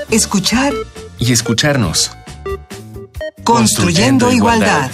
escuchar y escucharnos. Construyendo igualdad.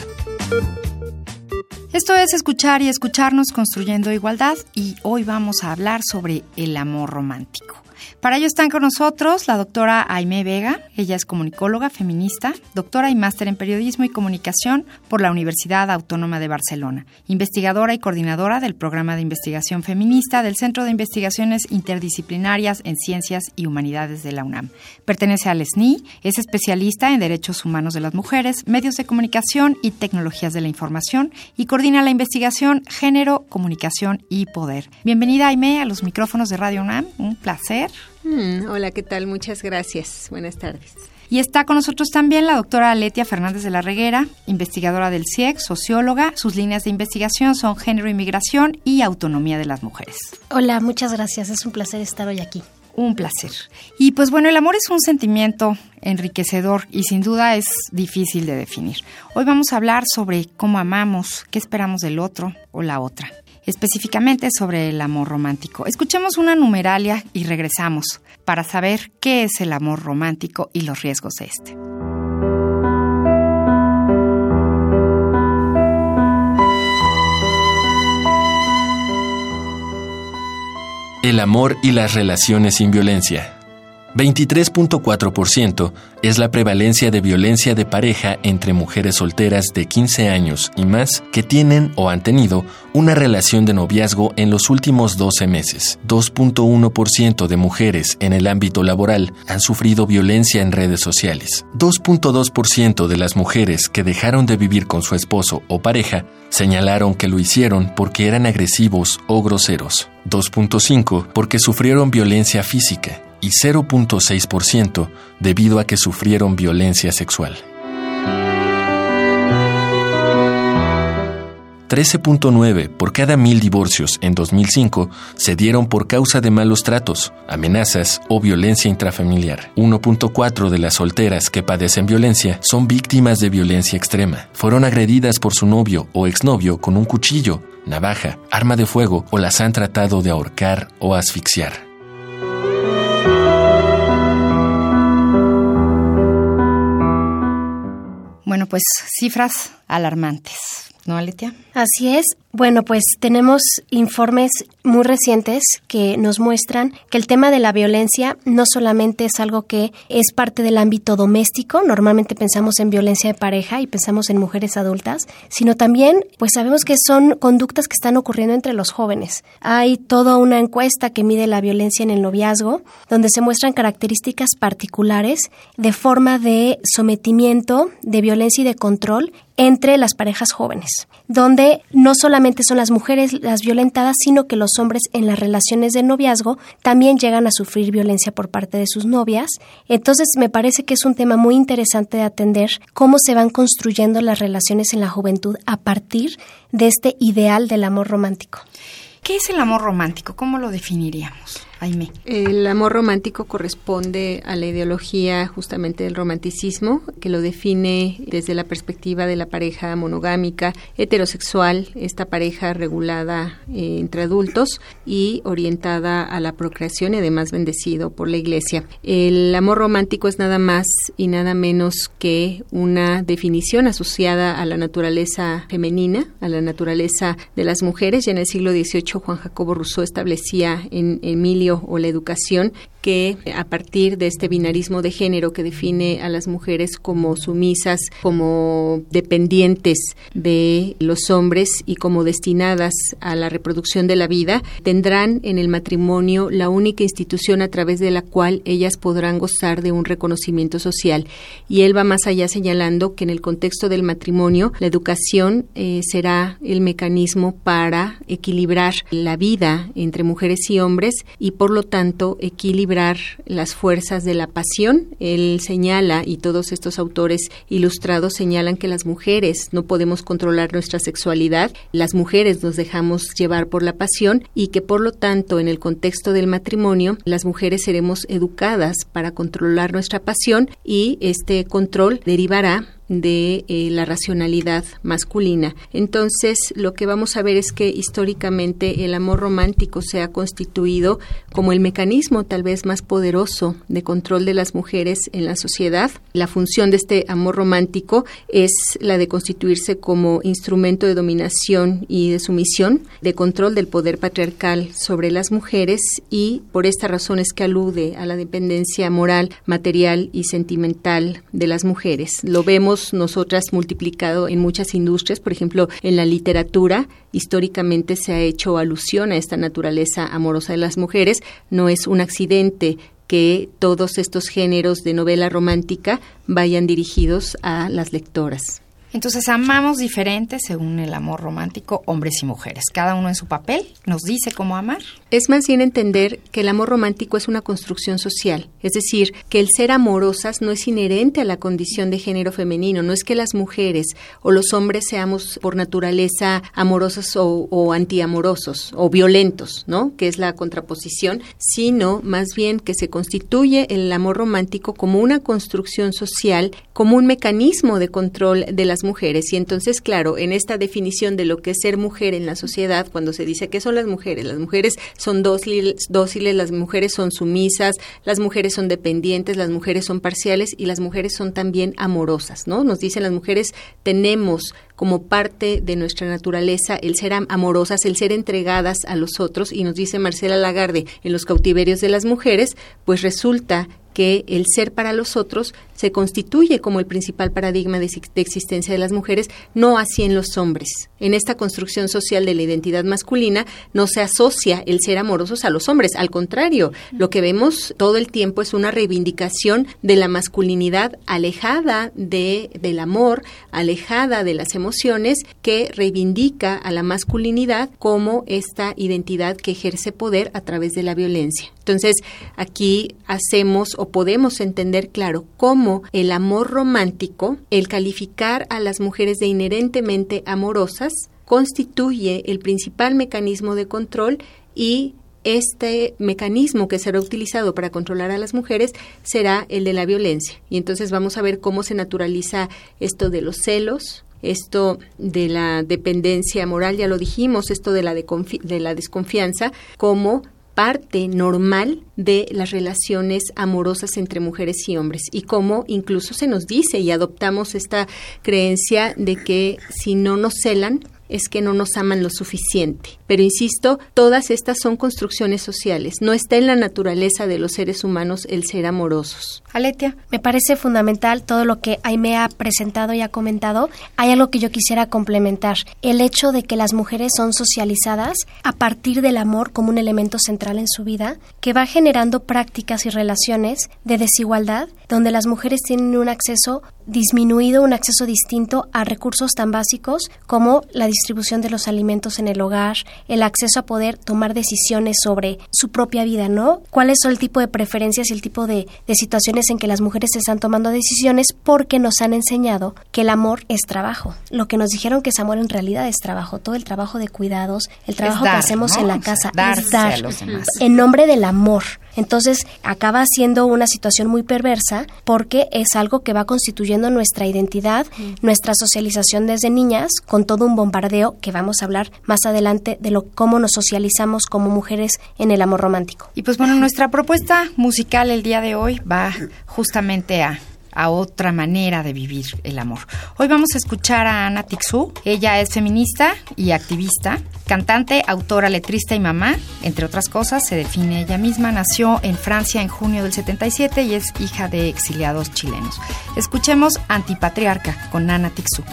Esto es Escuchar y Escucharnos, Construyendo Igualdad, y hoy vamos a hablar sobre el amor romántico. Para ello están con nosotros la doctora Aimé Vega. Ella es comunicóloga, feminista, doctora y máster en periodismo y comunicación por la Universidad Autónoma de Barcelona, investigadora y coordinadora del programa de investigación feminista del Centro de Investigaciones Interdisciplinarias en Ciencias y Humanidades de la UNAM. Pertenece al SNI, es especialista en derechos humanos de las mujeres, medios de comunicación y tecnologías de la información y coordina la investigación Género, Comunicación y Poder. Bienvenida, Aimé, a los micrófonos de Radio UNAM. Un placer. Hola, ¿qué tal? Muchas gracias. Buenas tardes. Y está con nosotros también la doctora Letia Fernández de la Reguera, investigadora del CIEC, socióloga. Sus líneas de investigación son género y migración y autonomía de las mujeres. Hola, muchas gracias. Es un placer estar hoy aquí. Un placer. Y pues bueno, el amor es un sentimiento enriquecedor y sin duda es difícil de definir. Hoy vamos a hablar sobre cómo amamos, qué esperamos del otro o la otra. Específicamente sobre el amor romántico. Escuchemos una numeralia y regresamos para saber qué es el amor romántico y los riesgos de este. El amor y las relaciones sin violencia. 23.4% es la prevalencia de violencia de pareja entre mujeres solteras de 15 años y más que tienen o han tenido una relación de noviazgo en los últimos 12 meses. 2.1% de mujeres en el ámbito laboral han sufrido violencia en redes sociales. 2.2% de las mujeres que dejaron de vivir con su esposo o pareja señalaron que lo hicieron porque eran agresivos o groseros. 2.5% porque sufrieron violencia física y 0.6% debido a que sufrieron violencia sexual. 13.9 por cada 1,000 divorcios en 2005 se dieron por causa de malos tratos, amenazas o violencia intrafamiliar. 1.4 de las solteras que padecen violencia son víctimas de violencia extrema. Fueron agredidas por su novio o exnovio con un cuchillo, navaja, arma de fuego o las han tratado de ahorcar o asfixiar. Bueno, pues cifras alarmantes, ¿no, Letia? Así es. Bueno, pues tenemos informes muy recientes que nos muestran que el tema de la violencia no solamente es algo que es parte del ámbito doméstico, normalmente pensamos en violencia de pareja y pensamos en mujeres adultas, sino también pues sabemos que son conductas que están ocurriendo entre los jóvenes. Hay toda una encuesta que mide la violencia en el noviazgo, donde se muestran características particulares de forma de sometimiento, de violencia y de control entre las parejas jóvenes, donde no solamente son las mujeres las violentadas, sino que los hombres en las relaciones de noviazgo también llegan a sufrir violencia por parte de sus novias. Entonces, me parece que es un tema muy interesante de atender cómo se van construyendo las relaciones en la juventud a partir de este ideal del amor romántico. ¿Qué es el amor romántico? ¿Cómo lo definiríamos, Aimé? El amor romántico corresponde a la ideología justamente del romanticismo, que lo define desde la perspectiva de la pareja monogámica, heterosexual, esta pareja regulada entre adultos y orientada a la procreación y además bendecido por la Iglesia. El amor romántico es nada más y nada menos que una definición asociada a la naturaleza femenina, a la naturaleza de las mujeres. Ya en el siglo XVIII Juan Jacobo Rousseau establecía en Emilio o la educación que a partir de este binarismo de género que define a las mujeres como sumisas, como dependientes de los hombres y como destinadas a la reproducción de la vida, tendrán en el matrimonio la única institución a través de la cual ellas podrán gozar de un reconocimiento social. Y él va más allá señalando que en el contexto del matrimonio la educación será el mecanismo para equilibrar la vida entre mujeres y hombres y por lo tanto equilibrar las fuerzas de la pasión. Él señala, y todos estos autores ilustrados señalan, que las mujeres no podemos controlar nuestra sexualidad, las mujeres nos dejamos llevar por la pasión y que por lo tanto en el contexto del matrimonio las mujeres seremos educadas para controlar nuestra pasión y este control derivará de la racionalidad masculina. Entonces, lo que vamos a ver es que históricamente el amor romántico se ha constituido como el mecanismo tal vez más poderoso de control de las mujeres en la sociedad. La función de este amor romántico es la de constituirse como instrumento de dominación y de sumisión, de control del poder patriarcal sobre las mujeres, y por esta razón es que alude a la dependencia moral, material y sentimental de las mujeres. Lo vemos nosotras multiplicado en muchas industrias, por ejemplo, en la literatura. Históricamente se ha hecho alusión a esta naturaleza amorosa de las mujeres. No es un accidente que todos estos géneros de novela romántica vayan dirigidos a las lectoras. Entonces, amamos diferente según el amor romántico, hombres y mujeres. Cada uno en su papel nos dice cómo amar. Es más bien entender que el amor romántico es una construcción social. Es decir, que el ser amorosas no es inherente a la condición de género femenino. No es que las mujeres o los hombres seamos por naturaleza amorosos o antiamorosos o violentos, ¿no? Que es la contraposición, sino más bien que se constituye el amor romántico como una construcción social, como un mecanismo de control de las mujeres. Y entonces, claro, en esta definición de lo que es ser mujer en la sociedad, cuando se dice ¿qué son las mujeres? Las mujeres son dóciles, las mujeres son sumisas, las mujeres son dependientes, las mujeres son parciales y las mujeres son también amorosas, ¿no? Nos dicen las mujeres tenemos como parte de nuestra naturaleza el ser amorosas, el ser entregadas a los otros, y nos dice Marcela Lagarde en Los cautiverios de las mujeres, pues resulta que el ser para los otros se constituye como el principal paradigma de existencia de las mujeres, no así en los hombres. En esta construcción social de la identidad masculina no se asocia el ser amorosos a los hombres, al contrario, lo que vemos todo el tiempo es una reivindicación de la masculinidad alejada del amor, alejada de las emociones, que reivindica a la masculinidad como esta identidad que ejerce poder a través de la violencia. Entonces, aquí hacemos o podemos entender, claro, cómo el amor romántico, el calificar a las mujeres de inherentemente amorosas, constituye el principal mecanismo de control, y este mecanismo que será utilizado para controlar a las mujeres será el de la violencia. Y entonces vamos a ver cómo se naturaliza esto de los celos, esto de la dependencia moral, ya lo dijimos, esto de la desconfianza, como parte normal de las relaciones amorosas entre mujeres y hombres, y cómo incluso se nos dice y adoptamos esta creencia de que si no nos celan es que no nos aman lo suficiente. Pero insisto, todas estas son construcciones sociales. No está en la naturaleza de los seres humanos el ser amorosos. Aletia. Me parece fundamental todo lo que Aimee ha presentado y ha comentado. Hay algo que yo quisiera complementar. El hecho de que las mujeres son socializadas a partir del amor como un elemento central en su vida, que va generando prácticas y relaciones de desigualdad, donde las mujeres tienen un acceso disminuido, un acceso distinto a recursos tan básicos como la distribución de los alimentos en el hogar, el acceso a poder tomar decisiones sobre su propia vida, ¿no? ¿Cuáles son el tipo de preferencias y el tipo de situaciones en que las mujeres están tomando decisiones? Porque nos han enseñado que el amor es trabajo. Lo que nos dijeron que es amor en realidad es trabajo. Todo el trabajo de cuidados, el trabajo que hacemos en la casa, es dar a los demás en nombre del amor. Entonces acaba siendo una situación muy perversa porque es algo que va constituyendo nuestra identidad, nuestra socialización desde niñas, con todo un bombardeo que vamos a hablar más adelante de cómo nos socializamos como mujeres en el amor romántico. Y pues bueno, nuestra propuesta musical el día de hoy va justamente a otra manera de vivir el amor. Hoy vamos a escuchar a Ana Tijoux. Ella es feminista y activista, cantante, autora, letrista y mamá. Entre otras cosas, se define ella misma. Nació en Francia en junio del 77 y es hija de exiliados chilenos. Escuchemos Antipatriarca con Ana Tijoux.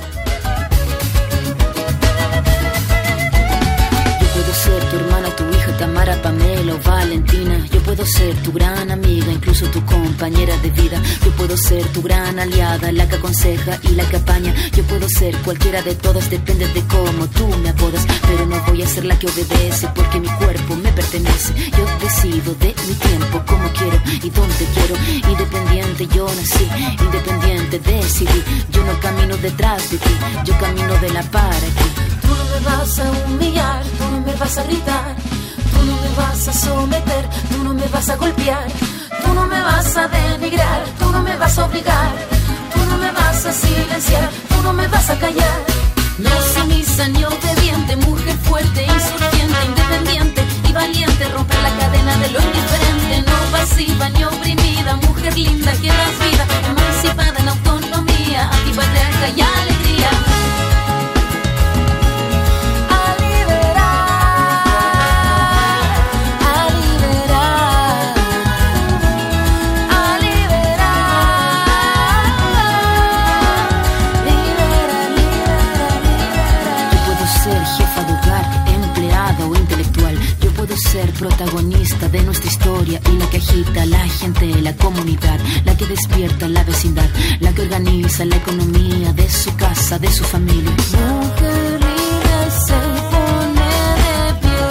Ser tu hermana, tu hija, Tamara, Pamela o Valentina. Yo puedo ser tu gran amiga, incluso tu compañera de vida. Yo puedo ser tu gran aliada, la que aconseja y la que apaña. Yo puedo ser cualquiera de todas, depende de cómo tú me apodas. Pero no voy a ser la que obedece, porque mi cuerpo me pertenece. Yo decido de mi tiempo, como quiero y donde quiero. Independiente yo nací, independiente decidí. Yo no camino detrás de ti, yo camino de la para ti. Tú no me vas a humillar, tú no me vas a gritar, tú no me vas a someter, tú no me vas a golpear, tú no me vas a denigrar, tú no me vas a obligar, tú no no me vas a silenciar, tú no me vas a callar. No sumisa ni obediente, mujer fuerte, insurgente, independiente y valiente, romper la cadena de lo indiferente. No pasiva ni oprimida, mujer linda que das vida, emancipada en autonomía, antipatriarca y alegría. Ser protagonista de nuestra historia y la que agita a la gente, la comunidad, la que despierta la vecindad, la que organiza la economía de su casa, de su familia. Mujer libre se pone de pie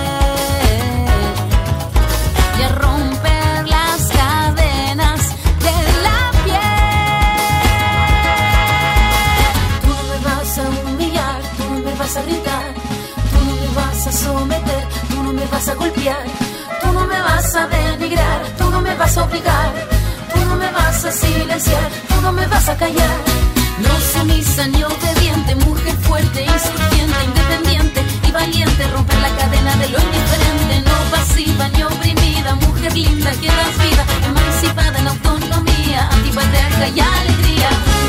y a romper las cadenas de la piel. Tú no me vas a humillar, tú no me vas a gritar, tú no me vas a someter, tú no me vas a golpear, tú no me vas a denigrar, tú no me vas a obligar, tú no me vas a silenciar, tú no me vas a callar. No sumisa ni obediente, mujer fuerte, insurgente, independiente y valiente, romper la cadena de lo indiferente. No pasiva ni oprimida, mujer linda que das vida, emancipada en autonomía, antipatriarca y alegría.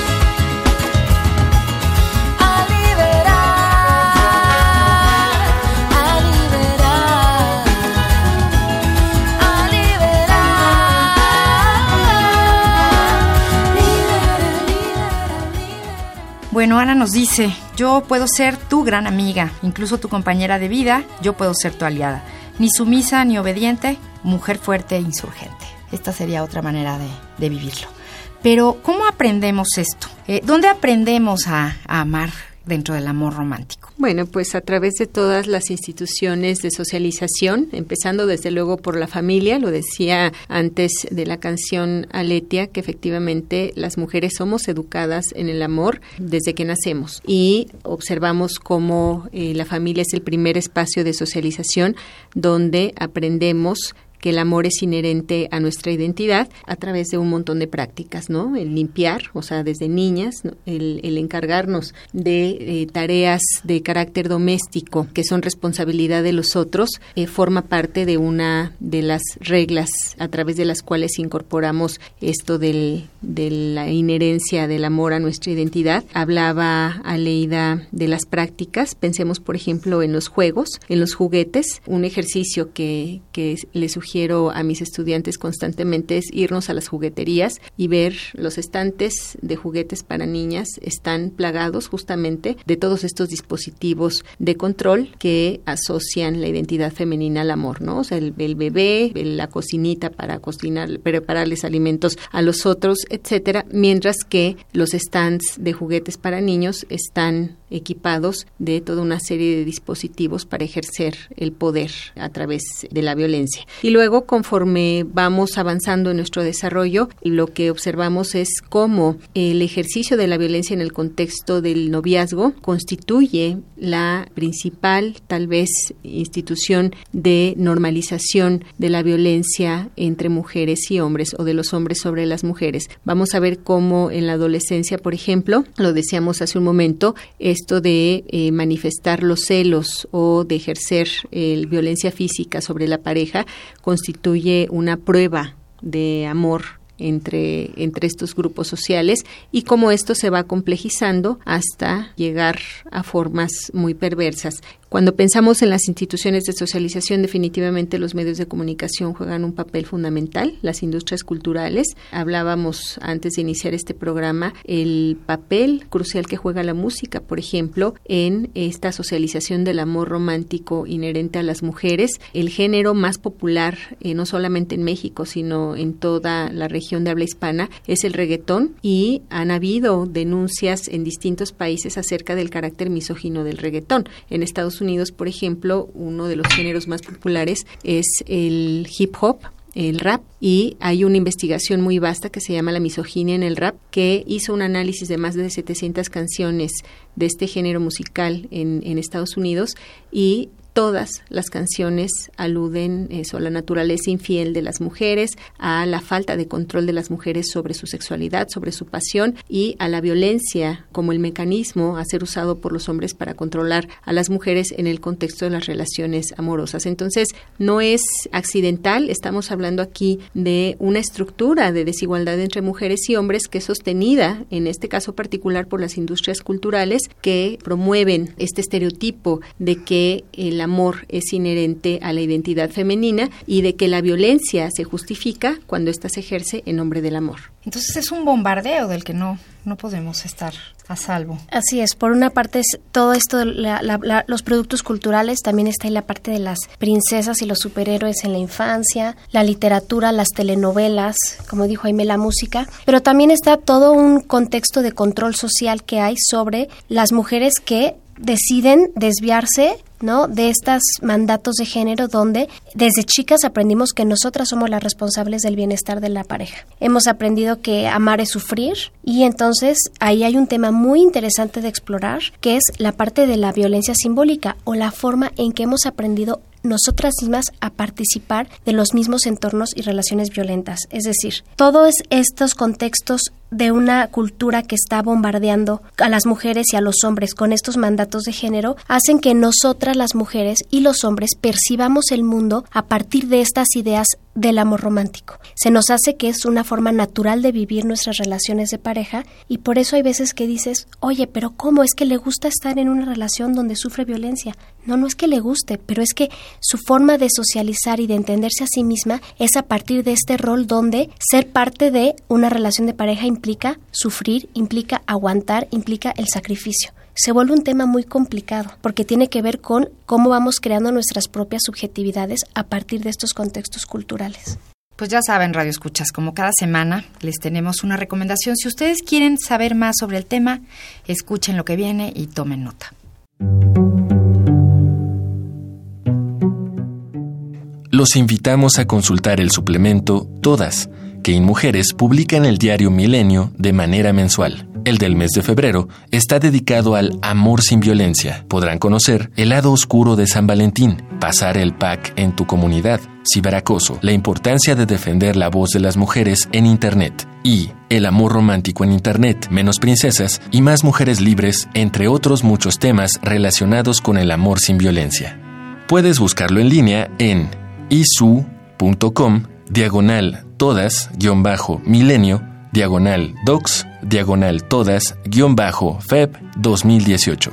Bueno, Ana nos dice, yo puedo ser tu gran amiga, incluso tu compañera de vida, yo puedo ser tu aliada. Ni sumisa ni obediente, mujer fuerte e insurgente. Esta sería otra manera de vivirlo. Pero, ¿cómo aprendemos esto? ¿Dónde aprendemos a amar dentro del amor romántico? Bueno, pues a través de todas las instituciones de socialización, empezando desde luego por la familia, lo decía antes de la canción Aletia, que efectivamente las mujeres somos educadas en el amor desde que nacemos y observamos cómo la familia es el primer espacio de socialización donde aprendemos que el amor es inherente a nuestra identidad a través de un montón de prácticas, ¿no? El limpiar, o sea, desde niñas, ¿no? el encargarnos de tareas de carácter doméstico que son responsabilidad de los otros, forma parte de una de las reglas a través de las cuales incorporamos esto de la inherencia del amor a nuestra identidad. Hablaba Aleida de las prácticas, pensemos por ejemplo en los juegos, en los juguetes, un ejercicio que les sugiero a mis estudiantes constantemente es irnos a las jugueterías y ver los estantes de juguetes para niñas están plagados justamente de todos estos dispositivos de control que asocian la identidad femenina al amor, ¿no? O sea, el bebé, la cocinita para cocinar, prepararles alimentos a los otros, etcétera, mientras que los stands de juguetes para niños están equipados de toda una serie de dispositivos para ejercer el poder a través de la violencia. Y luego, conforme vamos avanzando en nuestro desarrollo, lo que observamos es cómo el ejercicio de la violencia en el contexto del noviazgo constituye la principal, tal vez, institución de normalización de la violencia entre mujeres y hombres o de los hombres sobre las mujeres. Vamos a ver cómo en la adolescencia, por ejemplo, lo decíamos hace un momento, esto de manifestar los celos o de ejercer violencia física sobre la pareja constituye una prueba de amor entre estos grupos sociales y cómo esto se va complejizando hasta llegar a formas muy perversas. Cuando pensamos en las instituciones de socialización, definitivamente los medios de comunicación juegan un papel fundamental, las industrias culturales. Hablábamos antes de iniciar este programa el papel crucial que juega la música, por ejemplo, en esta socialización del amor romántico inherente a las mujeres. El género más popular, no solamente en México, sino en toda la región de habla hispana, es el reggaetón y han habido denuncias en distintos países acerca del carácter misógino del reggaetón. En Estados Unidos, por ejemplo, uno de los géneros más populares es el hip hop, el rap, y hay una investigación muy vasta que se llama La misoginia en el rap, que hizo un análisis de más de 700 canciones de este género musical en Estados Unidos y todas las canciones aluden a la naturaleza infiel de las mujeres, a la falta de control de las mujeres sobre su sexualidad, sobre su pasión, y a la violencia como el mecanismo a ser usado por los hombres para controlar a las mujeres en el contexto de las relaciones amorosas. Entonces, no es accidental, estamos hablando aquí de una estructura de desigualdad entre mujeres y hombres que es sostenida, en este caso particular, por las industrias culturales que promueven este estereotipo de que el amor es inherente a la identidad femenina y de que la violencia se justifica cuando ésta se ejerce en nombre del amor. Entonces es un bombardeo del que no podemos estar a salvo. Así es, por una parte es todo esto, los productos culturales, también está ahí la parte de las princesas y los superhéroes en la infancia, la literatura, las telenovelas, como dijo Aimé, la música, pero también está todo un contexto de control social que hay sobre las mujeres que deciden desviarse, ¿no?, de estos mandatos de género donde desde chicas aprendimos que nosotras somos las responsables del bienestar de la pareja. Hemos aprendido que amar es sufrir y entonces ahí hay un tema muy interesante de explorar que es la parte de la violencia simbólica o la forma en que hemos aprendido nosotras mismas a participar de los mismos entornos y relaciones violentas. Es decir, todos estos contextos de una cultura que está bombardeando a las mujeres y a los hombres con estos mandatos de género hacen que nosotras las mujeres y los hombres percibamos el mundo a partir de estas ideas del amor romántico. Se nos hace que es una forma natural de vivir nuestras relaciones de pareja y por eso hay veces que dices, oye, pero ¿cómo es que le gusta estar en una relación donde sufre violencia? No es que le guste, pero es que su forma de socializar y de entenderse a sí misma es a partir de este rol donde ser parte de una relación de pareja implica sufrir, implica aguantar, implica el sacrificio. Se vuelve un tema muy complicado porque tiene que ver con cómo vamos creando nuestras propias subjetividades a partir de estos contextos culturales. Pues ya saben, Radio Escuchas, como cada semana les tenemos una recomendación. Si ustedes quieren saber más sobre el tema, escuchen lo que viene y tomen nota. Los invitamos a consultar el suplemento Todas, que InMujeres publica en el diario Milenio de manera mensual. El del mes de febrero está dedicado al amor sin violencia. Podrán conocer el lado oscuro de San Valentín, pasar el pack en tu comunidad, ciberacoso, la importancia de defender la voz de las mujeres en Internet y el amor romántico en Internet, menos princesas y más mujeres libres, entre otros muchos temas relacionados con el amor sin violencia. Puedes buscarlo en línea en isu.com/todas-milenio/docs/todas-feb 2018.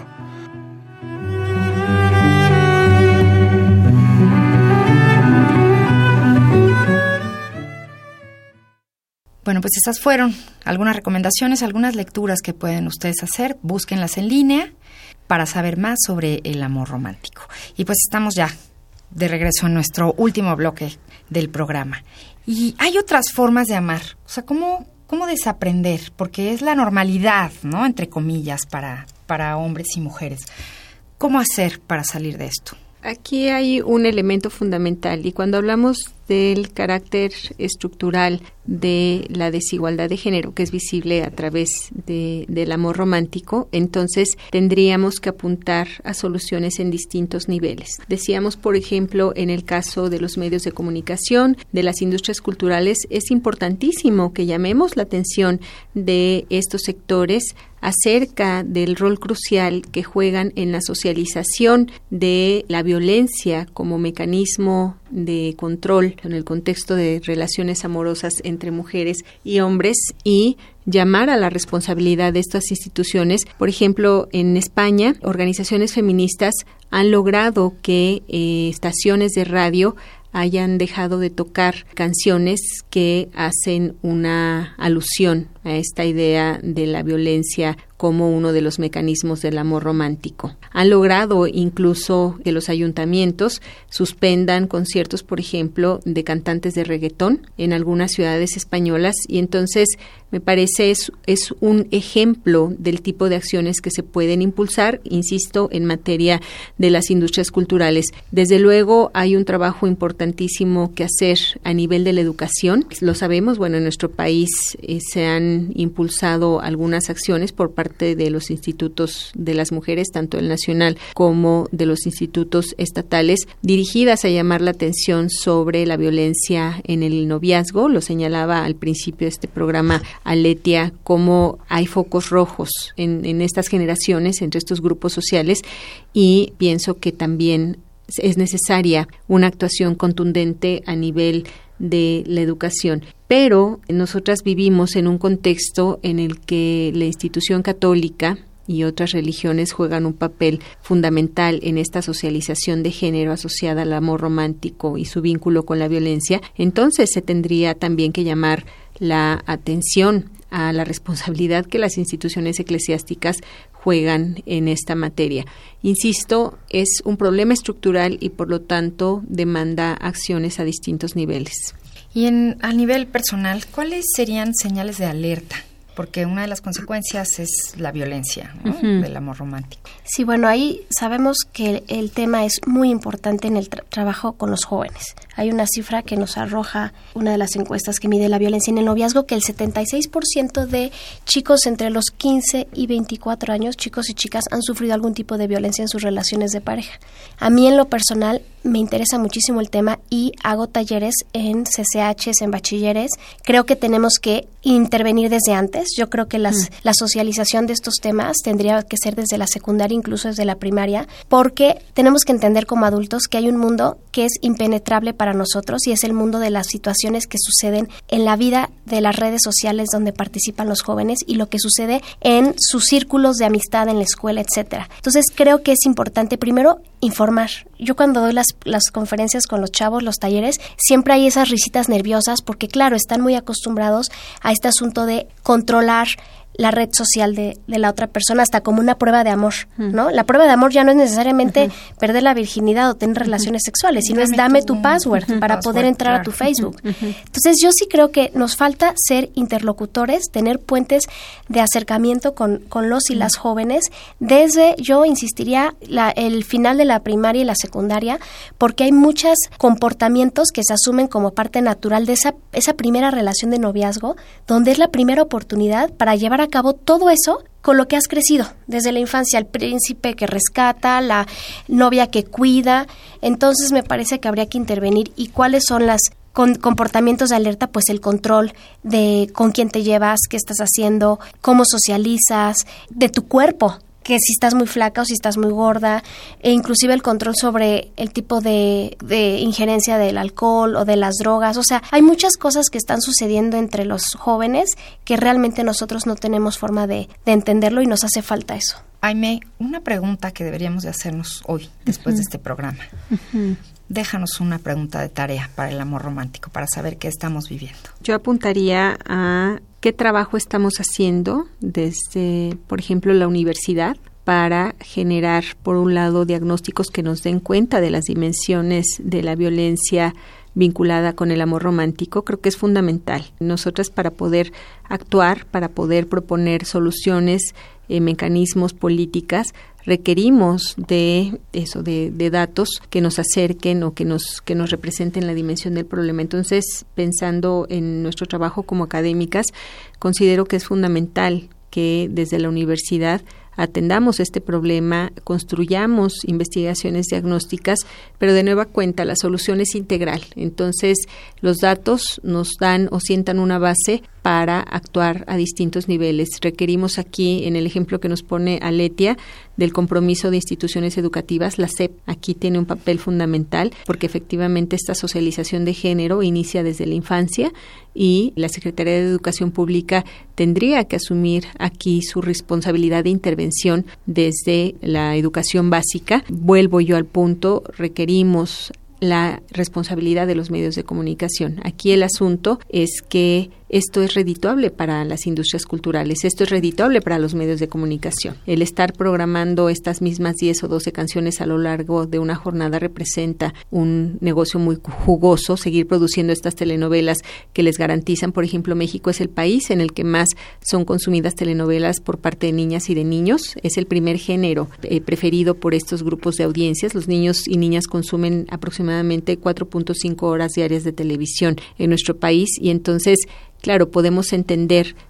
Bueno, pues esas fueron algunas recomendaciones, algunas lecturas que pueden ustedes hacer. Búsquenlas en línea para saber más sobre el amor romántico. Y pues estamos ya de regreso en nuestro último bloque del programa. Y hay otras formas de amar. O sea, ¿cómo desaprender? Porque es la normalidad, ¿no?, entre comillas, para hombres y mujeres. ¿Cómo hacer para salir de esto? Aquí hay un elemento fundamental y cuando hablamos del carácter estructural de la desigualdad de género que es visible a través del amor romántico, entonces tendríamos que apuntar a soluciones en distintos niveles. Decíamos, por ejemplo, en el caso de los medios de comunicación, de las industrias culturales, es importantísimo que llamemos la atención de estos sectores acerca del rol crucial que juegan en la socialización de la violencia como mecanismo de control en el contexto de relaciones amorosas entre mujeres y hombres y llamar a la responsabilidad de estas instituciones. Por ejemplo, en España, organizaciones feministas han logrado que estaciones de radio hayan dejado de tocar canciones que hacen una alusión a esta idea de la violencia como uno de los mecanismos del amor romántico. Han logrado incluso que los ayuntamientos suspendan conciertos, por ejemplo, de cantantes de reggaetón en algunas ciudades españolas y entonces me parece es un ejemplo del tipo de acciones que se pueden impulsar, insisto, en materia de las industrias culturales. Desde luego hay un trabajo importantísimo que hacer a nivel de la educación. Lo sabemos, bueno, en nuestro país se han impulsado algunas acciones por parte parte de los institutos de las mujeres, tanto el nacional como de los institutos estatales, dirigidas a llamar la atención sobre la violencia en el noviazgo. Lo señalaba al principio de este programa Aletia, cómo hay focos rojos en estas generaciones, entre estos grupos sociales, y pienso que también es necesaria una actuación contundente a nivel de la educación. Pero nosotras vivimos en un contexto en el que la institución católica y otras religiones juegan un papel fundamental en esta socialización de género asociada al amor romántico y su vínculo con la violencia. Entonces se tendría también que llamar la atención a la responsabilidad que las instituciones eclesiásticas juegan en esta materia. Insisto, es un problema estructural y por lo tanto demanda acciones a distintos niveles. Y a nivel personal, ¿cuáles serían señales de alerta? Porque una de las consecuencias es la violencia, ¿no? Del amor romántico. Sí, bueno, ahí sabemos que el tema es muy importante en el trabajo con los jóvenes. Hay una cifra que nos arroja una de las encuestas que mide la violencia en el noviazgo, que el 76% de chicos entre los 15 y 24 años, chicos y chicas, han sufrido algún tipo de violencia en sus relaciones de pareja. A mí en lo personal me interesa muchísimo el tema y hago talleres en CCHs, en bachilleres. Creo que tenemos que intervenir desde antes. Yo creo que la socialización de estos temas tendría que ser desde la secundaria, incluso desde la primaria, porque tenemos que entender como adultos que hay un mundo que es impenetrable para nosotros y es el mundo de las situaciones que suceden en la vida de las redes sociales donde participan los jóvenes y lo que sucede en sus círculos de amistad en la escuela, etcétera. Entonces creo que es importante primero informar. Yo cuando doy las conferencias con los chavos, los talleres, siempre hay esas risitas nerviosas porque claro, están muy acostumbrados a este asunto de controlar la red social de la otra persona hasta como una prueba de amor, ¿no? La prueba de amor ya no es necesariamente perder la virginidad o tener relaciones sexuales, sino es dame tu password para poder entrar a tu Facebook. Entonces yo sí creo que nos falta ser interlocutores, tener puentes de acercamiento con los y las jóvenes desde, yo insistiría, el final de la primaria y la secundaria, porque hay muchos comportamientos que se asumen como parte natural de esa primera relación de noviazgo, donde es la primera oportunidad para llevar a cabo todo eso con lo que has crecido desde la infancia, el príncipe que rescata, la novia que cuida. Entonces me parece que habría que intervenir. ¿Y cuáles son las comportamientos de alerta? Pues el control de con quién te llevas, qué estás haciendo, cómo socializas, de tu cuerpo, que si estás muy flaca o si estás muy gorda, e inclusive el control sobre el tipo de injerencia del alcohol o de las drogas. O sea, hay muchas cosas que están sucediendo entre los jóvenes que realmente nosotros no tenemos forma de entenderlo y nos hace falta eso. Aimee, una pregunta que deberíamos de hacernos hoy, después de este programa. Déjanos una pregunta de tarea para el amor romántico, para saber qué estamos viviendo. Yo apuntaría a qué trabajo estamos haciendo desde, por ejemplo, la universidad para generar, por un lado, diagnósticos que nos den cuenta de las dimensiones de la violencia vinculada con el amor romántico. Creo que es fundamental. Nosotras, para poder actuar, para poder proponer soluciones, mecanismos, políticas, requerimos de datos que nos acerquen o que nos representen la dimensión del problema. Entonces, pensando en nuestro trabajo como académicas, considero que es fundamental que desde la universidad atendamos este problema, construyamos investigaciones diagnósticas, pero de nueva cuenta la solución es integral. Entonces, los datos nos dan o sientan una base para actuar a distintos niveles. Requerimos aquí, en el ejemplo que nos pone Aletia, del compromiso de instituciones educativas, la SEP aquí tiene un papel fundamental porque efectivamente esta socialización de género inicia desde la infancia y la Secretaría de Educación Pública tendría que asumir aquí su responsabilidad de intervención desde la educación básica. Vuelvo yo al punto, requerimos la responsabilidad de los medios de comunicación. Aquí el asunto es que esto es redituable para las industrias culturales, esto es redituable para los medios de comunicación. El estar programando estas mismas 10 o 12 canciones a lo largo de una jornada representa un negocio muy jugoso, seguir produciendo estas telenovelas que les garantizan, por ejemplo, México es el país en el que más son consumidas telenovelas por parte de niñas y de niños, es el primer género preferido por estos grupos de audiencias. Los niños y niñas consumen aproximadamente 4.5 horas diarias de televisión en nuestro país y entonces, claro, podemos entender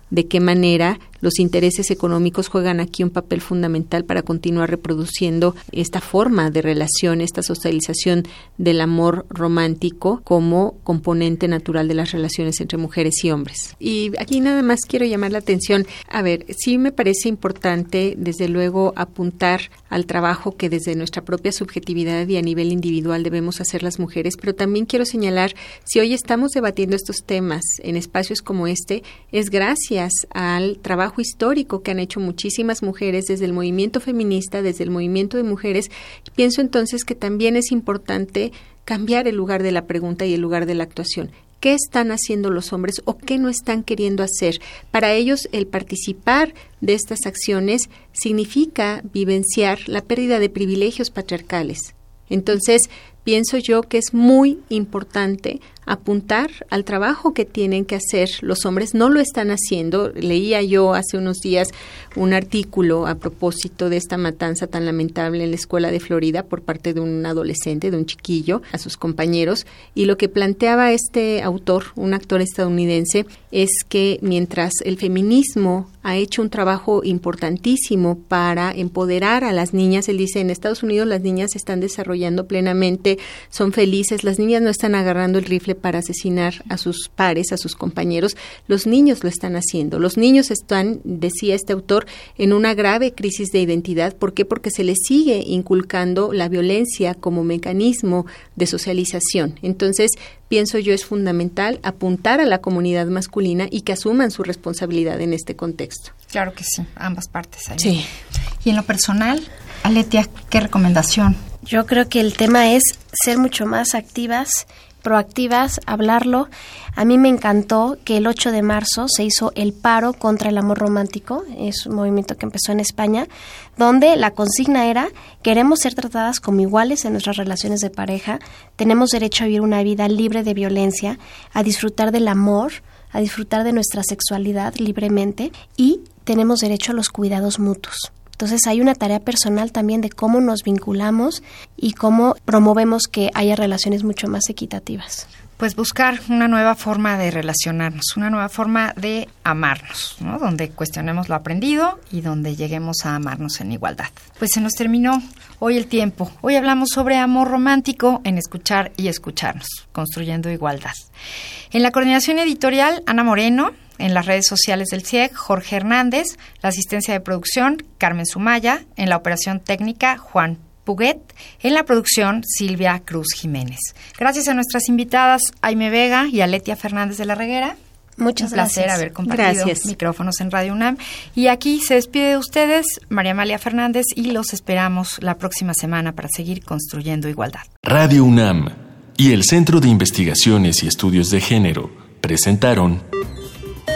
de qué manera los intereses económicos juegan aquí un papel fundamental para continuar reproduciendo esta forma de relación, esta socialización del amor romántico como componente natural de las relaciones entre mujeres y hombres. Y aquí nada más quiero llamar la atención. A ver, sí me parece importante, desde luego, apuntar al trabajo que desde nuestra propia subjetividad y a nivel individual debemos hacer las mujeres, pero también quiero señalar, si hoy estamos debatiendo estos temas en espacios como este, es gracias al trabajo histórico que han hecho muchísimas mujeres desde el movimiento feminista, desde el movimiento de mujeres. Pienso entonces que también es importante cambiar el lugar de la pregunta y el lugar de la actuación. ¿Qué están haciendo los hombres o qué no están queriendo hacer? Para ellos, el participar de estas acciones significa vivenciar la pérdida de privilegios patriarcales. Entonces, pienso yo que es muy importante apuntar al trabajo que tienen que hacer los hombres. No lo están haciendo. Leía yo hace unos días un artículo a propósito de esta matanza tan lamentable en la escuela de Florida por parte de un adolescente, de un chiquillo, a sus compañeros, y lo que planteaba este autor, un actor estadounidense, es que mientras el feminismo ha hecho un trabajo importantísimo para empoderar a las niñas, él dice, en Estados Unidos las niñas se están desarrollando plenamente, son felices, las niñas no están agarrando el rifle para asesinar a sus pares, a sus compañeros, los niños lo están haciendo. Los niños están, decía este autor, en una grave crisis de identidad. ¿Por qué? Porque se les sigue inculcando la violencia como mecanismo de socialización. Entonces, pienso yo es fundamental apuntar a la comunidad masculina y que asuman su responsabilidad en este contexto. Claro que sí, ambas partes. Ahí. Sí. Y en lo personal, Aletia, ¿qué recomendación? Yo creo que el tema es ser mucho más activas, proactivas, hablarlo. A mí me encantó que el 8 de marzo se hizo el paro contra el amor romántico, es un movimiento que empezó en España, donde la consigna era: queremos ser tratadas como iguales en nuestras relaciones de pareja, tenemos derecho a vivir una vida libre de violencia, a disfrutar del amor, a disfrutar de nuestra sexualidad libremente y tenemos derecho a los cuidados mutuos. Entonces hay una tarea personal también de cómo nos vinculamos y cómo promovemos que haya relaciones mucho más equitativas. Pues buscar una nueva forma de relacionarnos, una nueva forma de amarnos, ¿no? Donde cuestionemos lo aprendido y donde lleguemos a amarnos en igualdad. Pues se nos terminó hoy el tiempo. Hoy hablamos sobre amor romántico en Escuchar y Escucharnos, construyendo igualdad. En la coordinación editorial, Ana Moreno. En las redes sociales del CIEG, Jorge Hernández. La asistencia de producción, Carmen Sumaya. En la operación técnica, Juan Puguet. En la producción, Silvia Cruz Jiménez. Gracias a nuestras invitadas, Aimee Vega y Aletia Fernández de la Reguera. Muchas gracias. Un placer haber compartido micrófonos en Radio UNAM. Y aquí se despide de ustedes María Amalia Fernández y los esperamos la próxima semana para seguir construyendo igualdad. Radio UNAM y el Centro de Investigaciones y Estudios de Género presentaron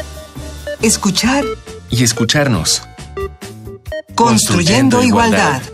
Escuchar y escucharnos. Construyendo igualdad.